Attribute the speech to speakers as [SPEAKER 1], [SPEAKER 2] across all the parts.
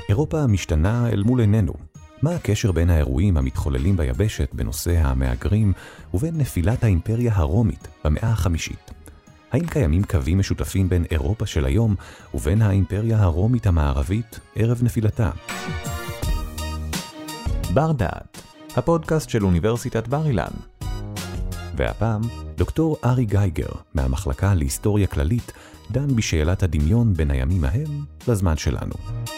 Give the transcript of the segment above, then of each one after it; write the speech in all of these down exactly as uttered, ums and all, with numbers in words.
[SPEAKER 1] אירופה משתנה אל מול עינינו. מה הקשר בין האירועים המתחוללים ביבשת בנושא המהגרים ובין נפילת האימפריה הרומית במאה החמישית? האם קיימים קווים משותפים בין אירופה של היום ובין האימפריה הרומית המערבית ערב נפילתה? בר דעת, הפודקאסט של אוניברסיטת בר אילן. והפעם, דוקטור ארי גייגר מהמחלקה להיסטוריה כללית דן בשאלת הדמיון בין הימים ההם לזמן שלנו.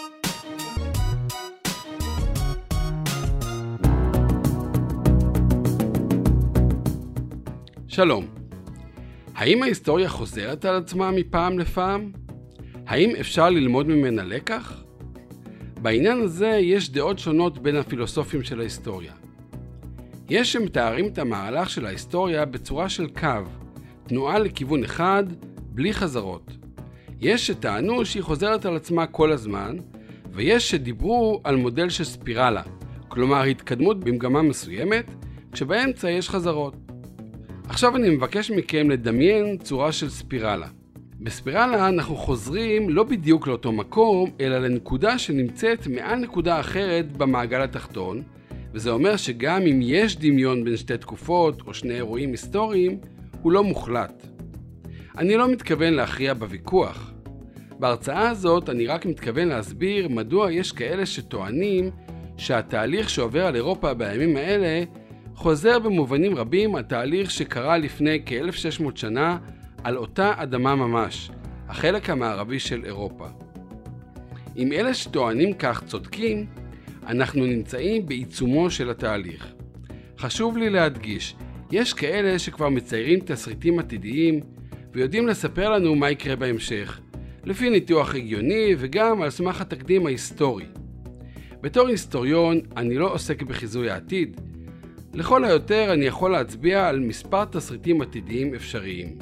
[SPEAKER 2] שלום. האם ההיסטוריה חוזרת על עצמה מפעם לפעם? האם אפשר ללמוד ממנה לקח? בעניין הזה יש דעות שונות בין הפילוסופים של ההיסטוריה. יש שמתארים את המהלך של ההיסטוריה בצורה של קו, תנועה לכיוון אחד, בלי חזרות. יש שטענו שהיא חוזרת על עצמה כל הזמן, ויש שדיברו על מודל של ספירלה, כלומר התקדמות במגמה מסוימת, כשבאמצע יש חזרות. עכשיו אני מבקש מכם לדמיין צורה של ספירלה. בספירלה אנחנו חוזרים לא בדיוק לאותו מקום, אלא לנקודה שנמצאת מעל נקודה אחרת במעגל התחתון, וזה אומר שגם אם יש דמיון בין שתי תקופות או שני אירועים היסטוריים, הוא לא מוחלט. אני לא מתכוון להכריע בוויכוח. בהרצאה הזאת אני רק מתכוון להסביר מדוע יש כאלה שטוענים שהתהליך שעובר על אירופה בימים האלה חוזר במובנים רבים על תהליך שקרה לפני כ-אלף ושש מאות שנה על אותה אדמה ממש, החלק המערבי של אירופה. אם אלה שטוענים כך צודקים, אנחנו נמצאים בעיצומו של התהליך. חשוב לי להדגיש, יש כאלה שכבר מציירים תסריטים עתידיים ויודעים לספר לנו מה יקרה בהמשך, לפי ניתוח הגיוני וגם על סמך התקדים ההיסטורי. בתור היסטוריון אני לא עוסק בחיזוי העתיד, לכל היותר אני יכול להצביע על מספר תסריטים עתידיים אפשריים.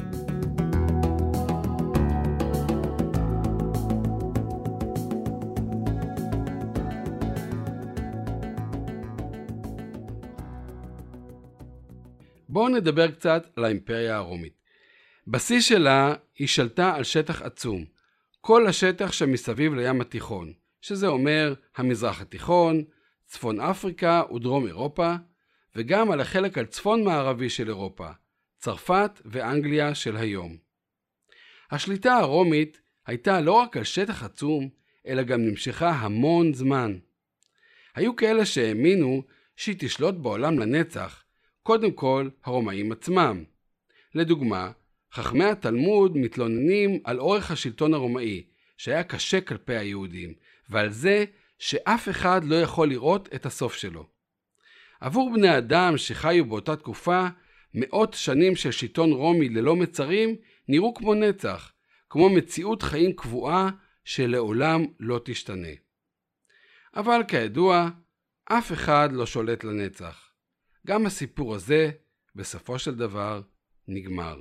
[SPEAKER 2] בואו נדבר קצת על האימפריה הרומית. בשיא שלה היא שלטה על שטח עצום, כל השטח שמסביב לים התיכון, שזה אומר המזרח התיכון, צפון אפריקה ודרום אירופה, וגם על החלק על צפון מערבי של אירופה, צרפת ואנגליה של היום. השליטה הרומית הייתה לא רק על שטח עצום, אלא גם נמשכה המון זמן. היו כאלה שהאמינו שהיא תשלוט בעולם לנצח, קודם כל הרומאים עצמם. לדוגמה, חכמי התלמוד מתלוננים על אורך השלטון הרומאי, שהיה קשה כלפי היהודים, ועל זה שאף אחד לא יכול לראות את הסוף שלו. עבור בני אדם שחיו באותה תקופה, מאות שנים של שלטון רומי ללא מצרים נראו כמו נצח, כמו מציאות חיים קבועה שלעולם לא תשתנה. אבל כידוע, אף אחד לא שולט לנצח. גם הסיפור הזה, בסופו של דבר, נגמר.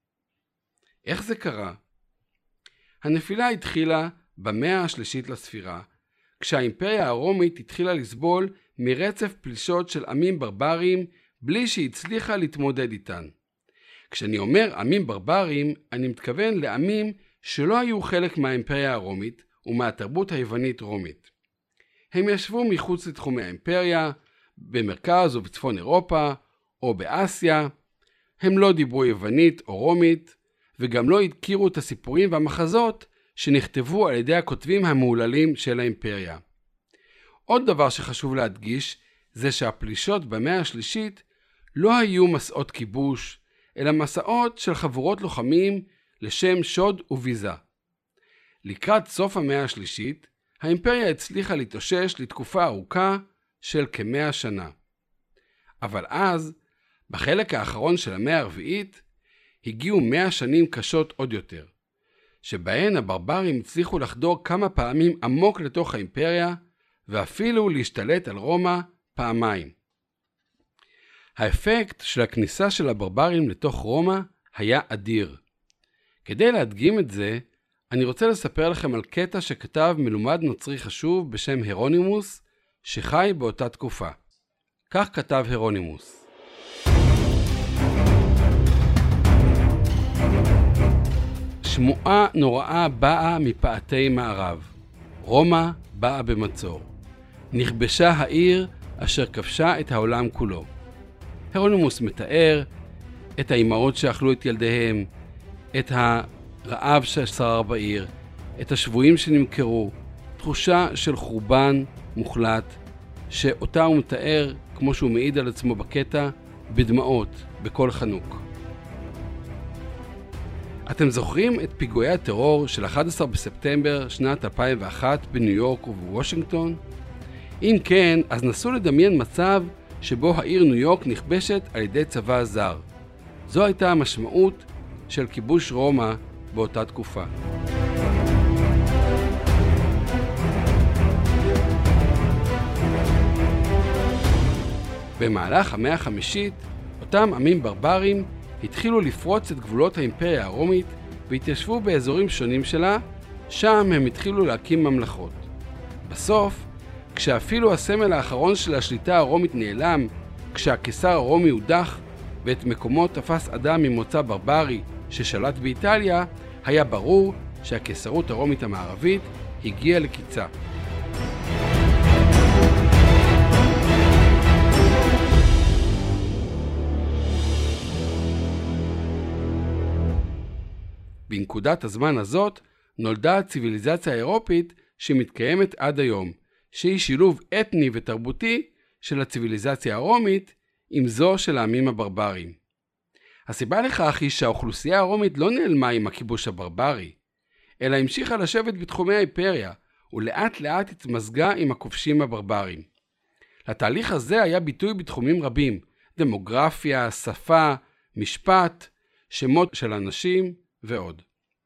[SPEAKER 2] איך זה קרה? הנפילה התחילה במאה השלישית לספירה, כשהאימפריה הרומית התחילה לסבול מרצף פלישות של עמים ברברים בלי שהצליחה להתמודד איתן. כשאני אומר עמים ברברים, אני מתכוון לעמים שלא היו חלק מהאימפריה הרומית ומהתרבות היוונית רומית. הם ישבו מחוץ לתחומי האימפריה, במרכז ובצפון אירופה או באסיה. הם לא דיברו יוונית או רומית, וגם לא הכירו את הסיפורים והמחזות שנכתבו על ידי הכותבים המהוללים של האימפריה. עוד דבר שחשוב להדגיש זה שהפלישות במאה השלישית לא היו מסעות כיבוש, אלא מסעות של חבורות לוחמים לשם שוד וביזה. לקראת סוף המאה השלישית, האימפריה הצליחה להתאושש לתקופה ארוכה של כמאה שנה. אבל אז, בחלק האחרון של המאה הרביעית, הגיעו מאה שנים קשות עוד יותר, שבהן הברברים הצליחו לחדור כמה פעמים עמוק לתוך האימפריה, ואפילו להשתלט על רומא פעמיים. האפקט של הכניסה של הברברים לתוך רומא היה אדיר. כדי להדגים את זה, אני רוצה לספר לכם על קטע שכתב מלומד נוצרי חשוב בשם הרונימוס, שחי באותה תקופה. כך כתב הרונימוס: שמועה נוראה באה מפאתי מערב. רומא באה במצור. נכבשה העיר אשר כבשה את העולם כולו. הרונומוס מתאר את האימהות שאכלו את ילדיהם, את הרעב ששרר בעיר, את השבויים שנמכרו, תחושה של חורבן מוחלט, שאותה הוא מתאר, כמו שהוא מעיד על עצמו בקטע, בדמעות, בקול חנוק. אתם זוכרים את פיגועי הטרור של אחד עשר בספטמבר שנת אלפיים ואחת בניו יורק ובוושינגטון? אם כן, אז נסו לדמיין מצב שבו העיר ניו יורק נכבשת על ידי צבא זר. זו הייתה המשמעות של כיבוש רומא באותה תקופה. במהלך המאה החמישית, אותם עמים ברברים התחילו לפרוץ את גבולות האימפריה הרומית והתיישבו באזורים שונים שלה, שם הם התחילו להקים ממלכות. בסוף, כשאפילו הסמל האחרון של השליטה הרומית נעלם, כשהקיסר הרומי הודח ואת מקומו תפס אדם ממוצא ברברי ששלט באיטליה, היה ברור שהקיסרות הרומית המערבית הגיעה לקיצה. בנקודת הזמן הזאת נולדה הציוויליזציה האירופית שמתקיימת עד היום, שהיא שילוב אתני ותרבותי של הציוויליזציה הרומית עם זו של העמים הברברים. הסיבה לכך היא שהאוכלוסייה הרומית לא נעלמה עם הכיבוש הברברי, אלא המשיכה לשבת בתחומי האימפריה, ולאט לאט התמזגה עם הכובשים הברברים. לתהליך הזה היה ביטוי בתחומים רבים, דמוגרפיה, שפה, משפט, שמות של אנשים ועוד.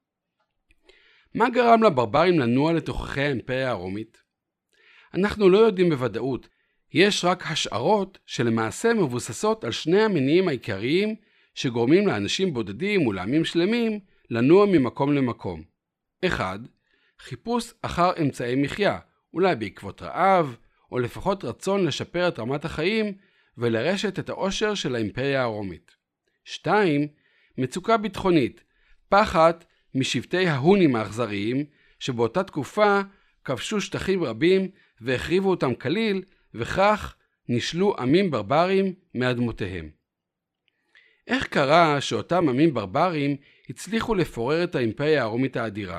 [SPEAKER 2] מה גרם לברברים לנוע לתוככי האימפריה הרומית? אנחנו לא יודעים בוודאות, יש רק השערות שלמעשה מבוססות על שני המניעים העיקריים שגורמים לאנשים בודדים ולעמים שלמים לנוע ממקום למקום. אחד, חיפוש אחר אמצעי מחיה, אולי בעקבות רעב, או לפחות רצון לשפר את רמת החיים ולרשת את העושר של האימפריה הרומית. שתיים, מצוקה ביטחונית, פחד משבטי ההונים האכזריים שבאותה תקופה כבשו שטחים רבים והחריבו אותם כליל, וכך נשלו עמים ברברים מאדמותיהם. איך קרה שאותם עמים ברברים הצליחו לפורר את האימפריה הרומית האדירה?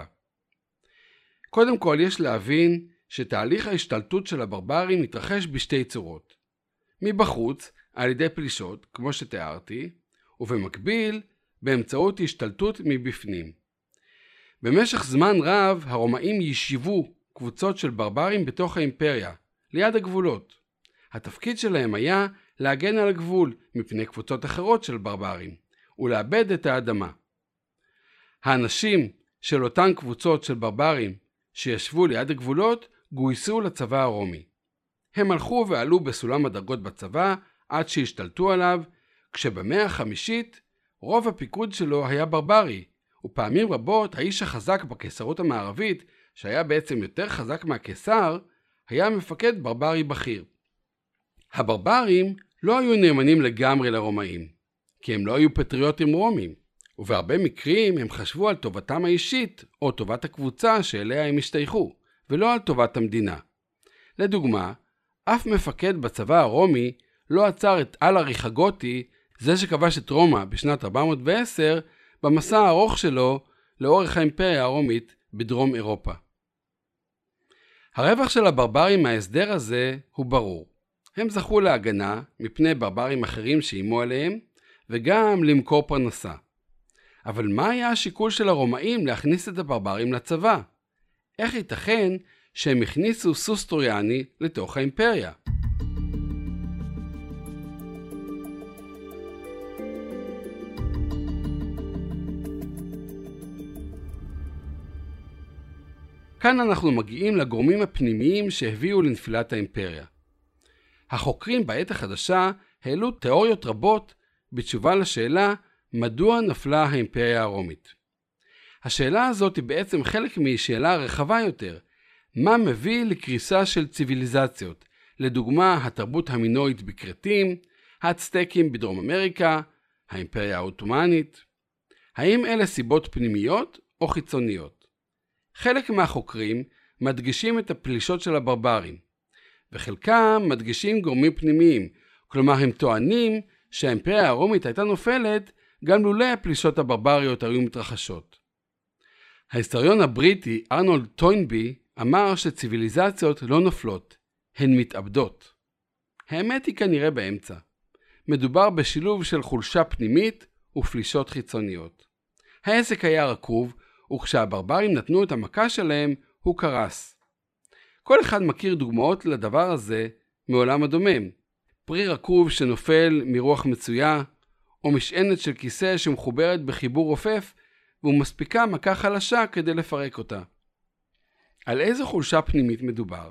[SPEAKER 2] קודם כל יש להבין שתהליך ההשתלטות של הברברים התרחש בשתי צורות. מבחוץ, על ידי פלישות, כמו שתיארתי, ובמקביל, באמצעות השתלטות מבפנים. במשך זמן רב, הרומאים ישיבו קבוצות של ברברים בתוך האימפריה, ליד הגבולות. התפקיד שלהם היה להגן על הגבול מפני קבוצות אחרות של ברברים, ולאבד את האדמה. האנשים של אותן קבוצות של ברברים שישבו ליד הגבולות גויסו לצבא הרומי. הם הלכו ועלו בסולם הדרגות בצבא עד שהשתלטו עליו, כשבמאה החמישית רוב הפיקוד שלו היה ברברי, ופעמים רבות האיש החזק בקיסרות המערבית, שהיה בעצם יותר חזק מהקיסר, היה מפקד ברברי בכיר. הברברים לא היו נאמנים לגמרי לרומאים, כי הם לא היו פטריוטים רומים, ובהרבה מקרים הם חשבו על טובתם האישית או טובת הקבוצה שאליה הם השתייכו, ולא על טובת המדינה. לדוגמה, אף מפקד בצבא הרומי לא עצר את אלריך הגותי, זה שכבש את רומא בשנת ארבע מאות ועשר, במסע הארוך שלו לאורך האימפריה הרומית בדרום אירופה. הרווח של הברברים מההסדר הזה הוא ברור. הם זכו להגנה מפני ברברים אחרים שאיימו עליהם, וגם למכור פרנסה. אבל מה היה השיקול של הרומאים להכניס את הברברים לצבא? איך ייתכן שהם הכניסו סוס טרויאני לתוך האימפריה? כאן אנחנו מגיעים לגורמים הפנימיים שהביאו לנפילת האימפריה. החוקרים בעת החדשה העלו תיאוריות רבות בתשובה לשאלה מדוע נפלה האימפריה הרומית. השאלה הזאת היא בעצם חלק משאלה רחבה יותר, מה מביא לקריסה של ציוויליזציות, לדוגמה התרבות המינואית בקרטים, האצטקים בדרום אמריקה, האימפריה העות'מאנית. האם אלה סיבות פנימיות או חיצוניות? חלק מהחוקרים מדגישים את הפלישות של הברברים, וחלקם מדגישים גורמים פנימיים, כלומר הם טוענים שהאימפריה הרומית הייתה נופלת גם לולא הפלישות הברבריות היו מתרחשות. ההיסטוריון הבריטי ארנולד טוינבי אמר שציוויליזציות לא נופלות, הן מתאבדות. האמת היא כנראה באמצע. מדובר בשילוב של חולשה פנימית ופלישות חיצוניות. העסק היה רקוב, וכשהברברים נתנו את המכה שלהם, הוא קרס. כל אחד מכיר דוגמאות לדבר הזה מעולם הדומם. פרי רקוב שנופל מרוח מצויה, או משענת של כיסא שמחוברת בחיבור רופף, והוא מספיקה מכה חלשה כדי לפרק אותה. על איזה חולשה פנימית מדובר?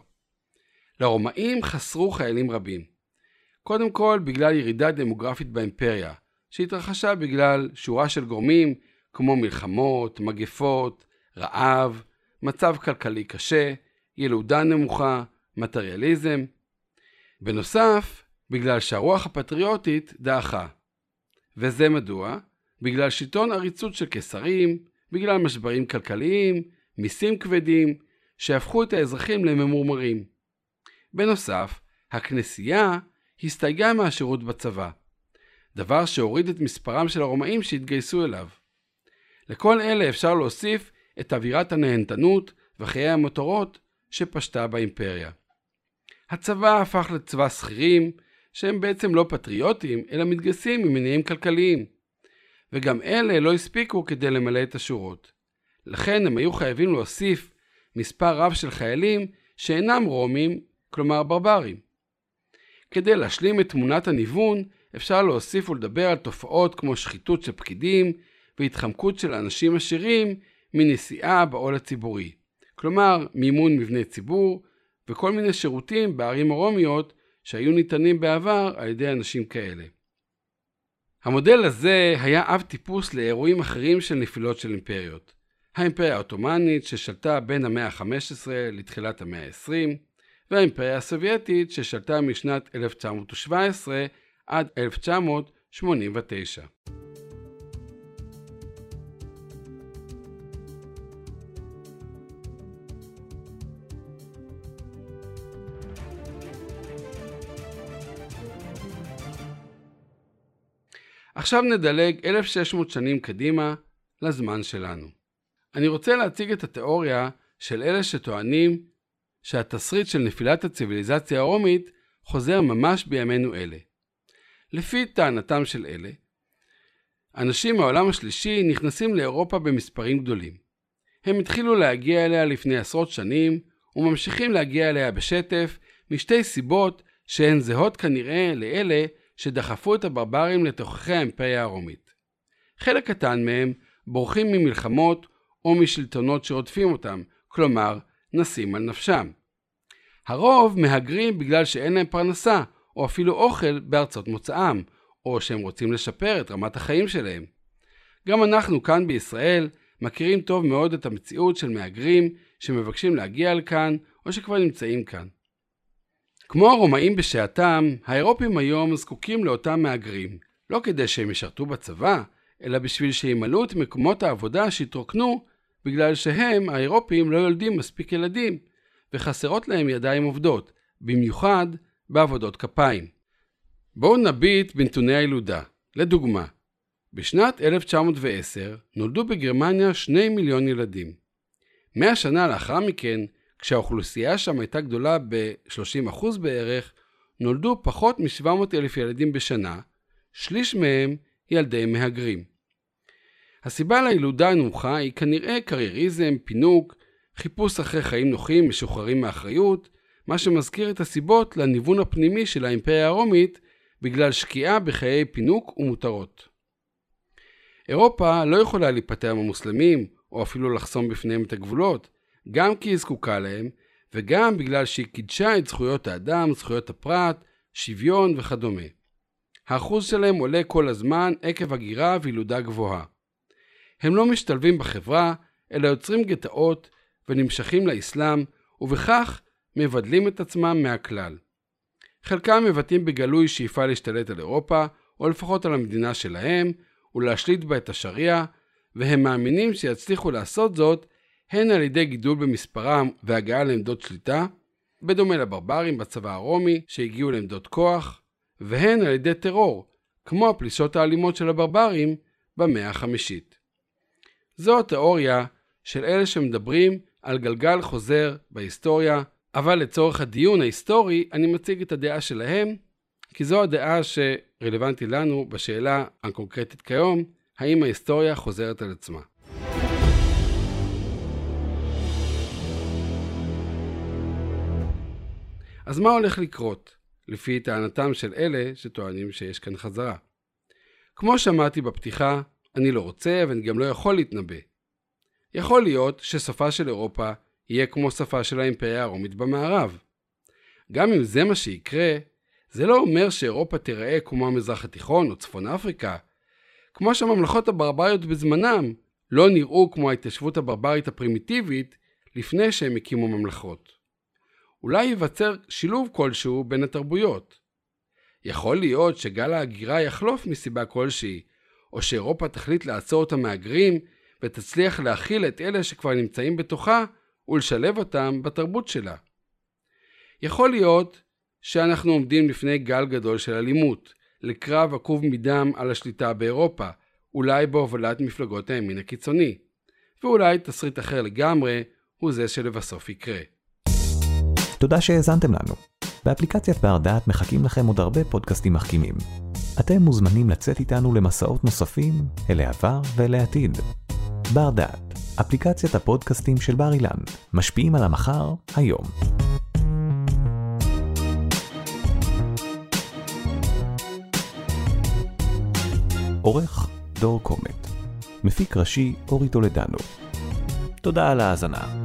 [SPEAKER 2] לרומאים חסרו חיילים רבים. קודם כל בגלל ירידה דמוגרפית באימפריה, שהתרחשה בגלל שורה של גורמים כמו מלחמות, מגפות, רעב, מצב כלכלי קשה, ילודה נמוכה, מטריאליזם. בנוסף, בגלל שהרוח הפטריוטית דעכה. וזה מדוע? בגלל שלטון עריצות של קיסרים, בגלל משברים כלכליים, מיסים כבדים, שהפכו את האזרחים לממורמרים. בנוסף, הכנסייה הסתייגה מהשירות בצבא, דבר שהוריד את מספרם של הרומאים שהתגייסו אליו. לכל אלה אפשר להוסיף את אווירת הנהנתנות וחיי המותרות שפשטה באימפריה. הצבא הפך לצבא שכירים, שהם בעצם לא פטריוטים, אלא מתגייסים ממניעים כלכליים. וגם אלה לא הספיקו כדי למלא את השורות. לכן הם היו חייבים להוסיף מספר רב של חיילים שאינם רומים, כלומר ברברים. כדי להשלים את תמונת הניוון, אפשר להוסיף ולדבר על תופעות כמו שחיתות של פקידים והתחמקות של אנשים עשירים מנשיאה בעול הציבורי. כלומר, מימון מבני ציבור וכל מיני שירותים בערים הרומיות שהיו ניתנים בעבר על ידי אנשים כאלה. המודל הזה היה אב טיפוס לאירועים אחרים של נפילות של אימפריות. האימפריה העות'מאנית ששלטה בין המאה ה-חמש עשרה לתחילת המאה ה-עשרים, והאימפריה הסובייטית ששלטה משנת אלף תשע מאות שבע עשרה עד אלף תשע מאות שמונים ותשע. עכשיו נדלג אלף ושש מאות שנים קדימה לזמן שלנו. אני רוצה להציג את התיאוריה של אלה שטוענים שהתסריט של נפילת הציוויליזציה הרומית חוזר ממש בימינו אלה. לפי טענתם של אלה, אנשים מהעולם השלישי נכנסים לאירופה במספרים גדולים. הם התחילו להגיע אליה לפני עשרות שנים וממשיכים להגיע אליה בשטף משתי סיבות שהן זהות כנראה לאלה שדחפו את הברברים לתוככי האימפריה הרומית. חלק קטן מהם בורחים ממלחמות או משלטונות שרודפים אותם, כלומר נסים על נפשם. הרוב מהגרים בגלל שאין להם פרנסה או אפילו אוכל בארצות מוצאם, או שהם רוצים לשפר את רמת החיים שלהם. גם אנחנו כאן בישראל מכירים טוב מאוד את המציאות של מהגרים שמבקשים להגיע לכאן או שכבר נמצאים כאן. כמו הרומאים בשעתם, האירופים היום זקוקים לאותם מהגרים, לא כדי שהם ישרתו בצבא, אלא בשביל שימלאו את מקומות העבודה שהתרוקנו, בגלל שהם, האירופים, לא יולדים מספיק ילדים, וחסרות להם ידיים עובדות, במיוחד בעבודות כפיים. בואו נביט בנתוני הילודה. לדוגמה, בשנת אלף תשע מאות ועשר נולדו בגרמניה שני מיליון ילדים. מאה שנה לאחר מכן, כשהאוכלוסייה שם הייתה גדולה ב-שלושים אחוז בערך, נולדו פחות מ-שבע מאות אלף ילדים בשנה, שליש מהם ילדי מהגרים. הסיבה לילודה הנמוכה היא כנראה קרייריזם, פינוק, חיפוש אחרי חיים נוחים משוחררים מאחריות, מה שמזכיר את הסיבות לניוון הפנימי של האימפריה הרומית בגלל שקיעה בחיי פינוק ומותרות. אירופה לא יכולה להיפטר מהמוסלמים או אפילו לחסום בפניהם את הגבולות, גם כי היא זקוקה להם וגם בגלל שהיא קידשה את זכויות האדם, זכויות הפרט, שוויון וכדומה. האחוז שלהם עולה כל הזמן עקב הגירה וילודה גבוהה. הם לא משתלבים בחברה, אלא יוצרים גטאות ונמשכים לאסלאם, ובכך מבדלים את עצמם מהכלל. חלקם מבטאים בגלוי שאיפה להשתלט על אירופה, או לפחות על המדינה שלהם, ולהשליט בה את השריעה, והם מאמינים שיצליחו לעשות זאת הן על ידי גידול במספרם והגעה לעמדות שליטה, בדומה לברברים בצבא הרומי שהגיעו לעמדות כוח, והן על ידי טרור, כמו הפלישות האלימות של הברברים במאה החמישית. זו התיאוריה של אלה שמדברים על גלגל חוזר בהיסטוריה, אבל לצורך הדיון ההיסטורי אני מציג את הדעה שלהם, כי זו הדעה שרלוונטית לנו בשאלה הקונקרטית כיום, האם ההיסטוריה חוזרת על עצמה. אז מה הולך לקרות, לפי טענתם של אלה שטוענים שיש כאן חזרה? כמו שמעתי בפתיחה, אני לא רוצה ואני גם לא יכול להתנבא. יכול להיות שסופה של אירופה יהיה כמו סופה של האימפריה הרומית במערב. גם אם זה מה שיקרה, זה לא אומר שאירופה תיראה כמו המזרח התיכון או צפון אפריקה, כמו שהממלכות הברבריות בזמנם לא נראו כמו ההתיישבות הברברית הפרימיטיבית לפני שהם הקימו ממלכות. אולי ייווצר שילוב כלשהו בין התרבויות. יכול להיות שגל ההגירה יחלוף מסיבה כלשהי, או שאירופה תחליט לעצור את המהגרים ותצליח להכיל את אלה שכבר נמצאים בתוכה ולשלב אותם בתרבות שלה. יכול להיות שאנחנו עומדים לפני גל גדול של אלימות, לקרב עקוב מדם על השליטה באירופה, אולי בהובלת מפלגות הימין הקיצוני, ואולי תסריט אחר לגמרי הוא זה שלבסוף יקרה.
[SPEAKER 1] תודה שהאזנתם לנו. באפליקציית בר דעת מחכים לכם עוד הרבה פודקאסטים מחכימים. אתם מוזמנים לצאת איתנו למסעות נוספים אל העבר ואל העתיד. בר דעת, אפליקציית הפודקאסטים של בר אילן, משפיעים על המחר היום. עורך דור קומט, מפיק ראשי אורי טולדנו. תודה על ההאזנה.